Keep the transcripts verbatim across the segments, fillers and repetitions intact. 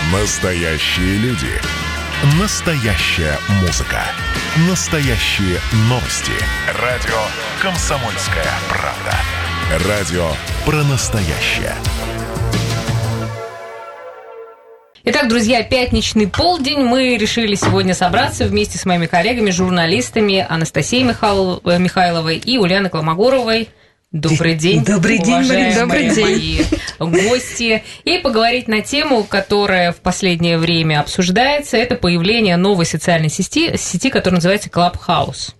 Настоящие люди. Настоящая музыка. Настоящие новости. Радио «Комсомольская правда». Радио про настоящее. Итак, друзья, пятничный полдень. Мы решили сегодня собраться вместе с моими коллегами, журналистами Анастасией Михаил... Михайловой и Ульяной Колмогоровой. Добрый день, Добрый день, Марин. Добрый день, мои гости. И поговорить на тему, которая в последнее время обсуждается, это появление новой социальной сети, сети, которая называется Clubhouse.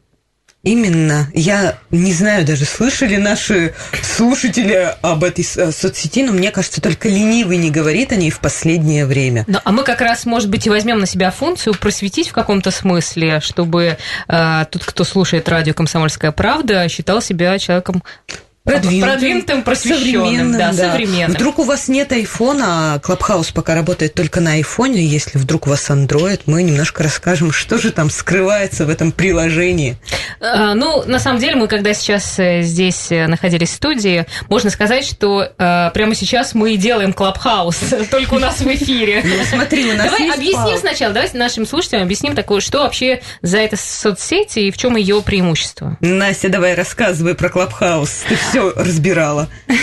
Именно. Я не знаю, даже слышали наши слушатели об этой соцсети, но мне кажется, только ленивый не говорит о ней в последнее время. Ну, а мы как раз, может быть, и возьмем на себя функцию просветить в каком-то смысле, чтобы э, тот, кто слушает радио «Комсомольская правда», считал себя человеком продвинутым, продвинутым просвещенным, да, да. современным. Вдруг у вас нет айфона, а Clubhouse пока работает только на айфоне. Если вдруг у вас Android, мы немножко расскажем, что же там скрывается в этом приложении. А, ну, на самом деле, мы когда сейчас здесь находились в студии, можно сказать, что а, прямо сейчас мы и делаем Clubhouse, только у нас в эфире. Ну, смотри, у нас Давай объясним сначала, давайте нашим слушателям объясним такое, что вообще за эта соцсеть и в чем ее преимущество. Настя, давай рассказывай про Clubhouse. Ты все разбирала.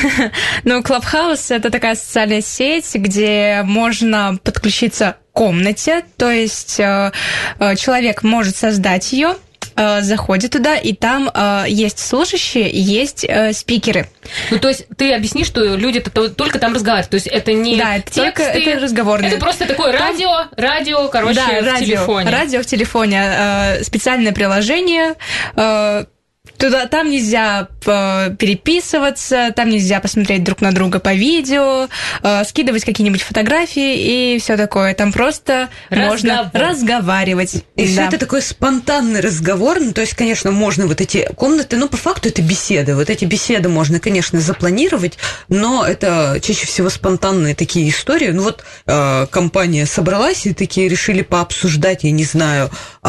Ну, Clubhouse – это такая социальная сеть, где можно подключиться к комнате, то есть э, человек может создать ее, э, заходит туда, и там э, есть слушающие, есть э, спикеры. Ну, то есть ты объясни, что люди-то только там разговаривают, то есть это не да, это тексты, только, это разговорные. Это просто такое радио, радио, короче, да, в радио, телефоне. Радио в телефоне, э, специальное приложение, э, Туда, там нельзя э, переписываться, там нельзя посмотреть друг на друга по видео, э, скидывать какие-нибудь фотографии и все такое. Там просто Разговор. можно разговаривать. И да. это такой спонтанный разговор. Ну, то есть, конечно, можно вот эти комнаты, ну, по факту это беседы. Вот эти беседы можно, конечно, запланировать, но это чаще всего спонтанные такие истории. Ну, вот э, компания собралась и такие решили пообсуждать, я не знаю, э,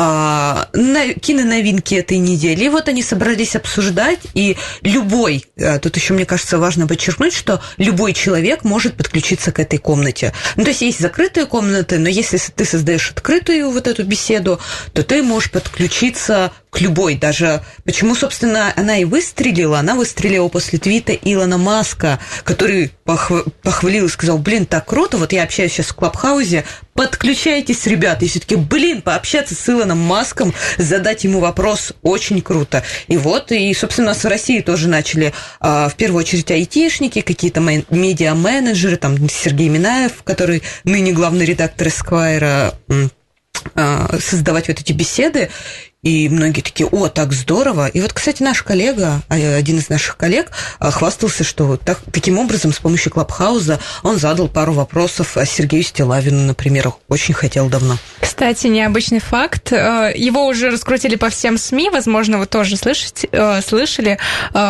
на, киноновинки этой недели. И вот они собрались обсуждать, и любой, тут еще, мне кажется, важно подчеркнуть, что любой человек может подключиться к этой комнате. Ну, то есть есть закрытые комнаты, но если ты создаешь открытую вот эту беседу, то ты можешь подключиться к любой. Даже почему, собственно, она и выстрелила, она выстрелила после твита Илона Маска, который похв... похвалил и сказал: блин, так круто, вот я общаюсь сейчас в Клабхаузе, подключайтесь, ребята. И все-таки, блин, пообщаться с Илоном Маском, задать ему вопрос очень круто. И вот, и, собственно, в России тоже начали, в первую очередь, айтишники, какие-то медиа-менеджеры, там Сергей Минаев, который ныне главный редактор Esquire, создавать вот эти беседы. И многие такие: о, так здорово. И вот, кстати, наш коллега, один из наших коллег, хвастался, что вот так, таким образом, с помощью Клабхауза, он задал пару вопросов Сергею Стиллавину, например. Очень хотел давно. Кстати, необычный факт. Его уже раскрутили по всем СМИ. Возможно, вы тоже слышите, слышали,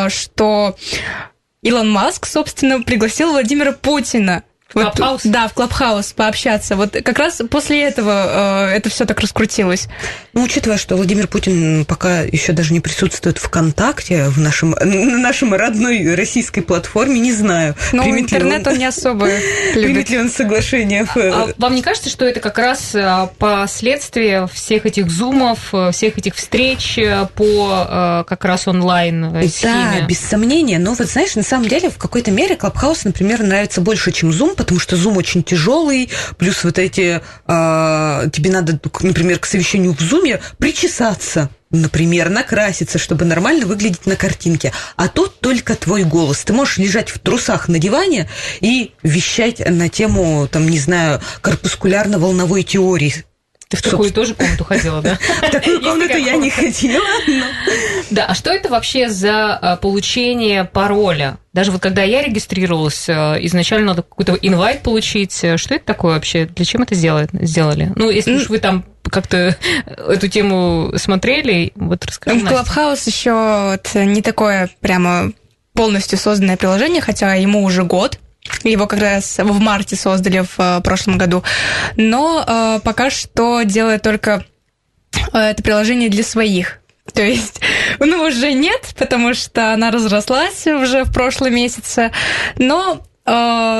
что Илон Маск, собственно, пригласил Владимира Путина. Вот, да, в Клабхаус пообщаться. Вот как раз после этого э, это все так раскрутилось. Ну, учитывая, что Владимир Путин пока еще даже не присутствует ВКонтакте, в нашем, на нашей родной российской платформе, не знаю. Ну, интернет он, он не особо любит. Примет ли он соглашение? А вам не кажется, что это как раз последствия всех этих зумов, всех этих встреч по как раз онлайн-схеме? Да, без сомнения. Но вот знаешь, на самом деле, в какой-то мере Клабхаус, например, нравится больше, чем Zoom, потому что Zoom очень тяжелый, плюс вот эти... Э, тебе надо, например, к совещанию в Zoom причесаться, например, накраситься, чтобы нормально выглядеть на картинке. А тут только твой голос. Ты можешь лежать в трусах на диване и вещать на тему, там, не знаю, корпускулярно-волновой теории. Ты в такую тоже комнату ходила, да? В такую комнату я не ходила. Да, а что это вообще за получение пароля? Даже вот когда я регистрировалась, изначально надо какой-то инвайт получить. Что это такое вообще? Для чего это сделали? Ну, если уж вы там как-то эту тему смотрели, вот расскажи. Clubhouse еще вот не такое прямо полностью созданное приложение, хотя ему уже год. Его как раз в марте создали в прошлом году. Но э, пока что делает только э, это приложение для своих. То есть, ну, уже нет, потому что она разрослась уже в прошлом месяце. Но э,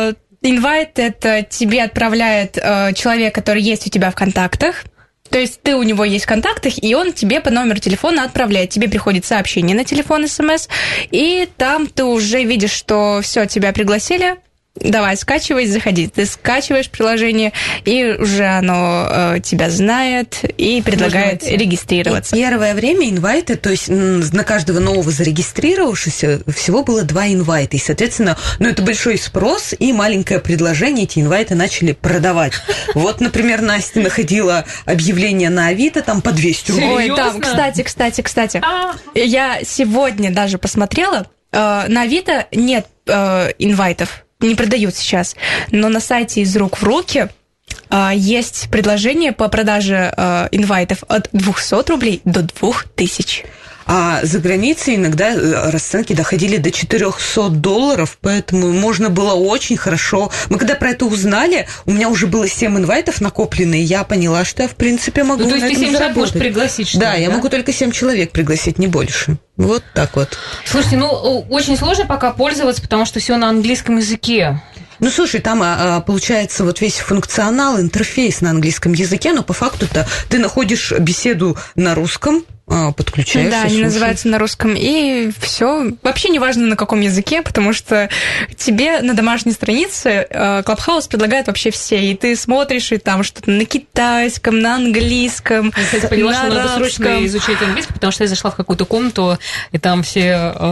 инвайт это тебе отправляет э, человек, который есть у тебя в контактах. То есть ты у него есть в контактах, и он тебе по номеру телефона отправляет. Тебе приходит сообщение на телефон, смс, и там ты уже видишь, что все, тебя пригласили. Давай, скачивай, заходи. Ты скачиваешь приложение, и уже оно э, тебя знает и предлагает регистрироваться. И первое время инвайты, то есть на каждого нового зарегистрировавшегося всего было два инвайта. И, соответственно, ну, это большой спрос и маленькое предложение. Эти инвайты начали продавать. Вот, например, Настя находила объявление на Авито, там по двести рублей. Ой, там, кстати, кстати, кстати. Я сегодня даже посмотрела. Э, на Авито нет э, инвайтов. Не продают сейчас, но на сайте «Из рук в руки» э, есть предложение по продаже э, инвайтов от двухсот рублей до двух тысяч. А за границей иногда расценки доходили до четырехсот долларов, поэтому можно было очень хорошо. Мы когда про это узнали, у меня уже было семь инвайтов накоплены, и я поняла, что я, в принципе, могу ну, то на есть этом ты семь заработать. человек можешь пригласить, что да, ли, я да? могу только семь человек пригласить, не больше. Вот так вот. Слушайте, ну, очень сложно пока пользоваться, потому что все на английском языке. Ну, слушай, там а, получается вот весь функционал, интерфейс на английском языке, но по факту-то ты находишь беседу на русском, подключаешься. Да, они слушаешь. Называются на русском, и все. Вообще не важно, на каком языке, потому что тебе на домашней странице Clubhouse предлагает вообще все, и ты смотришь, и там что-то на китайском, на английском, я, кстати, поняла, на что арабском. Надо срочно изучать английский, потому что я зашла в какую-то комнату, и там все...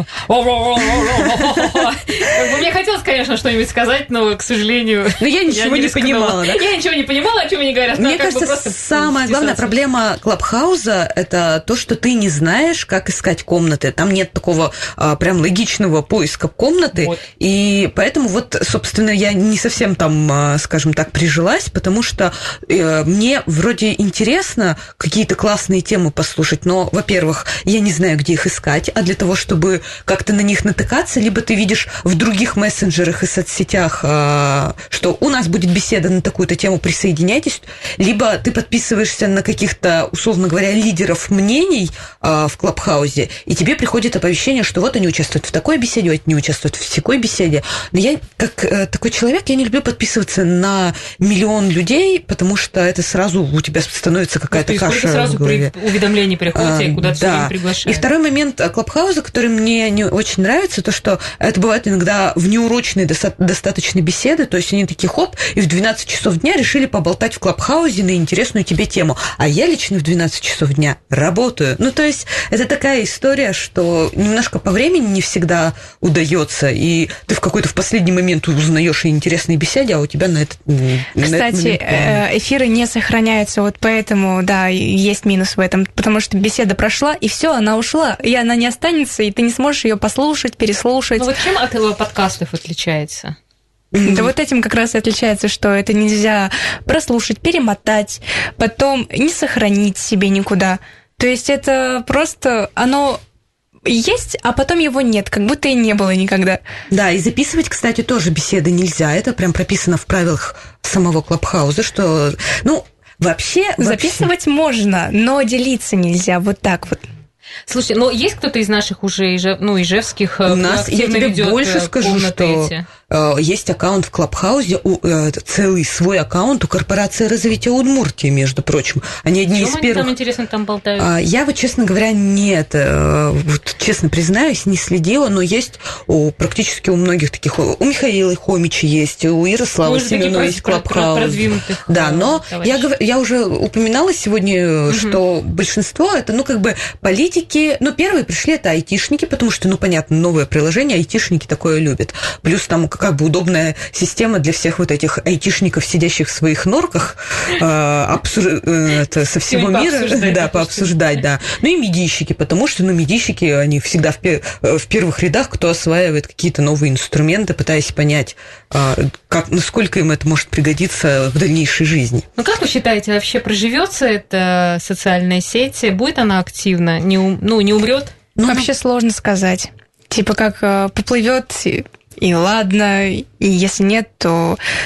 Мне хотелось, конечно, что-нибудь сказать, но, к сожалению... Но я ничего не понимала, да? Я ничего не понимала, о чем они говорят. Мне кажется, самая главная проблема Clubhouse – это то, что что ты не знаешь, как искать комнаты. Там нет такого а, прям логичного поиска комнаты. Вот. И поэтому вот, собственно, я не совсем там, а, скажем так, прижилась, потому что э, мне вроде интересно какие-то классные темы послушать, но, во-первых, я не знаю, где их искать, а для того, чтобы как-то на них натыкаться, либо ты видишь в других мессенджерах и соцсетях, а, что у нас будет беседа на такую-то тему, присоединяйтесь, либо ты подписываешься на каких-то, условно говоря, лидеров мнений в Клабхаузе, и тебе приходит оповещение, что вот они участвуют в такой беседе, вот они участвуют в такой беседе. Но я, как э, такой человек, я не люблю подписываться на миллион людей, потому что это сразу у тебя становится какая-то ну, каша сразу в голове. При, уведомления приходят, а, и куда-то да. все приглашают. И второй момент Клабхауза, который мне не очень нравится, то, что это бывает иногда внеурочные достаточно беседы, то есть они такие хоп, и в двенадцать часов дня решили поболтать в Клабхаузе на интересную тебе тему. А я лично в двенадцать часов дня работаю. Ну, то есть, это такая история, что немножко по времени не всегда удается, и ты в какой-то в последний момент узнаешь и интересные беседы, а у тебя на этот Кстати, на этот эфиры не сохраняются, вот поэтому, да, есть минус в этом, потому что беседа прошла, и все, она ушла, и она не останется, и ты не сможешь ее послушать, переслушать. Ну, вот чем от этого подкастов отличается? Да вот этим как раз и отличается, что это нельзя прослушать, перемотать, потом не сохранить себе никуда. То есть это просто, оно есть, а потом его нет, как будто и не было никогда. Да, и записывать, кстати, тоже беседы нельзя. Это прям прописано в правилах самого Клабхауза, что, ну, вообще... Записывать вообще... можно, но делиться нельзя, вот так вот. Слушай, ну есть кто-то из наших уже, ну, ижевских, у нас, я тебе больше скажу, что эти? Есть аккаунт в Клабхаузе, целый свой аккаунт у корпорации развития Удмуртии, между прочим. Они одни из первых. Там интересно там болтают? Я вот, честно говоря, нет, вот, честно признаюсь, не следила, но есть у, практически у многих таких, у Михаила Хомича есть, у Ярослава Семенова есть Клабхауз. Да, но я, я уже упоминала сегодня, угу. что большинство это, ну, как бы политики, ну, первые пришли это айтишники, потому что, ну, понятно, новое приложение, айтишники такое любят. Плюс там как бы удобная система для всех вот этих айтишников, сидящих в своих норках, э, обсуж... это, со всего мира, пообсуждать, да, пообсуждать, да. Ну и медийщики, потому что, ну, медийщики, они всегда в, пер... в первых рядах, кто осваивает какие-то новые инструменты, пытаясь понять, э, как, насколько им это может пригодиться в дальнейшей жизни. Ну, как вы считаете, вообще проживется эта социальная сеть? Будет она активна? Не, ум... ну, не умрет? Ну, вообще ну... сложно сказать. Типа как э, поплывет. И ладно, и если нет, то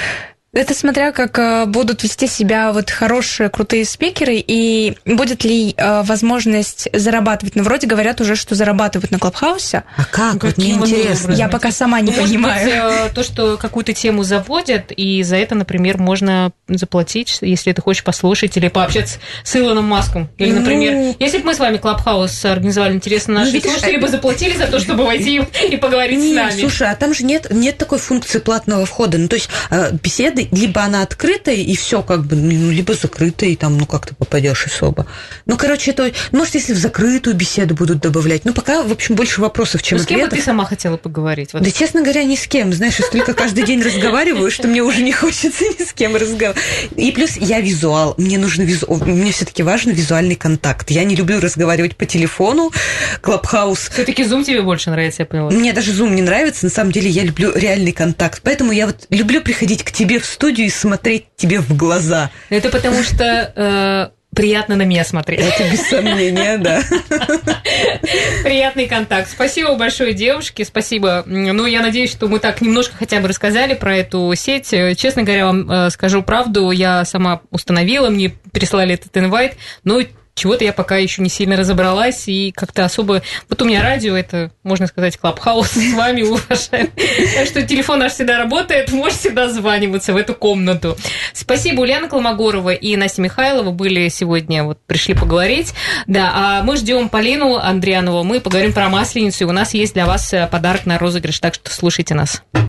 Это смотря, как будут вести себя вот хорошие, крутые спикеры, и будет ли э, возможность зарабатывать. Ну, вроде говорят уже, что зарабатывают на Клабхаусе. А как? Вот мне интересно. Я пока сама не ну, понимаю. Может быть, то, что какую-то тему заводят, и за это, например, можно заплатить, если ты хочешь послушать или пообщаться с Илоном Маском. Или, например, ну... если бы мы с вами Клабхаус организовали, интересно, наши ну, слушатели а... бы заплатили за то, чтобы войти и поговорить Нет, с нами. Слушай, а там же нет, нет такой функции платного входа. Ну, то есть беседы либо она открытая, и все как бы, ну, либо закрытая, и там, ну, как ты попадешь особо. Ну, короче, это, может, если в закрытую беседу будут добавлять. Ну, пока, в общем, больше вопросов, чем ну, ответов. с кем бы ты сама хотела поговорить? Вот. Да, честно говоря, ни с кем. Знаешь, я столько каждый день разговариваю, что мне уже не хочется ни с кем разговаривать. И плюс я визуал. Мне нужно визуал. Мне все-таки важен визуальный контакт. Я не люблю разговаривать по телефону. Клабхаус. Все-таки Zoom тебе больше нравится, я поняла. Мне даже Zoom не нравится. На самом деле я люблю реальный контакт. Поэтому я вот люблю приходить к тебе в студию и смотреть тебе в глаза. Это потому что э, приятно на меня смотреть. Это без сомнения, да. Приятный контакт. Спасибо большое, девушки, спасибо. Ну, я надеюсь, что мы так немножко хотя бы рассказали про эту сеть. Честно говоря, вам скажу правду, я сама установила, мне прислали этот инвайт, но чего-то я пока еще не сильно разобралась, и как-то особо... Вот у меня радио, это, можно сказать, Клабхаус с вами, уважаем. Так что телефон наш всегда работает, можете дозваниваться в эту комнату. Спасибо, Ульяна Колмогорова и Настя Михайлова были сегодня, вот пришли поговорить. Да, а мы ждем Полину Андрианову, мы поговорим про Масленицу, и у нас есть для вас подарок на розыгрыш, так что слушайте нас.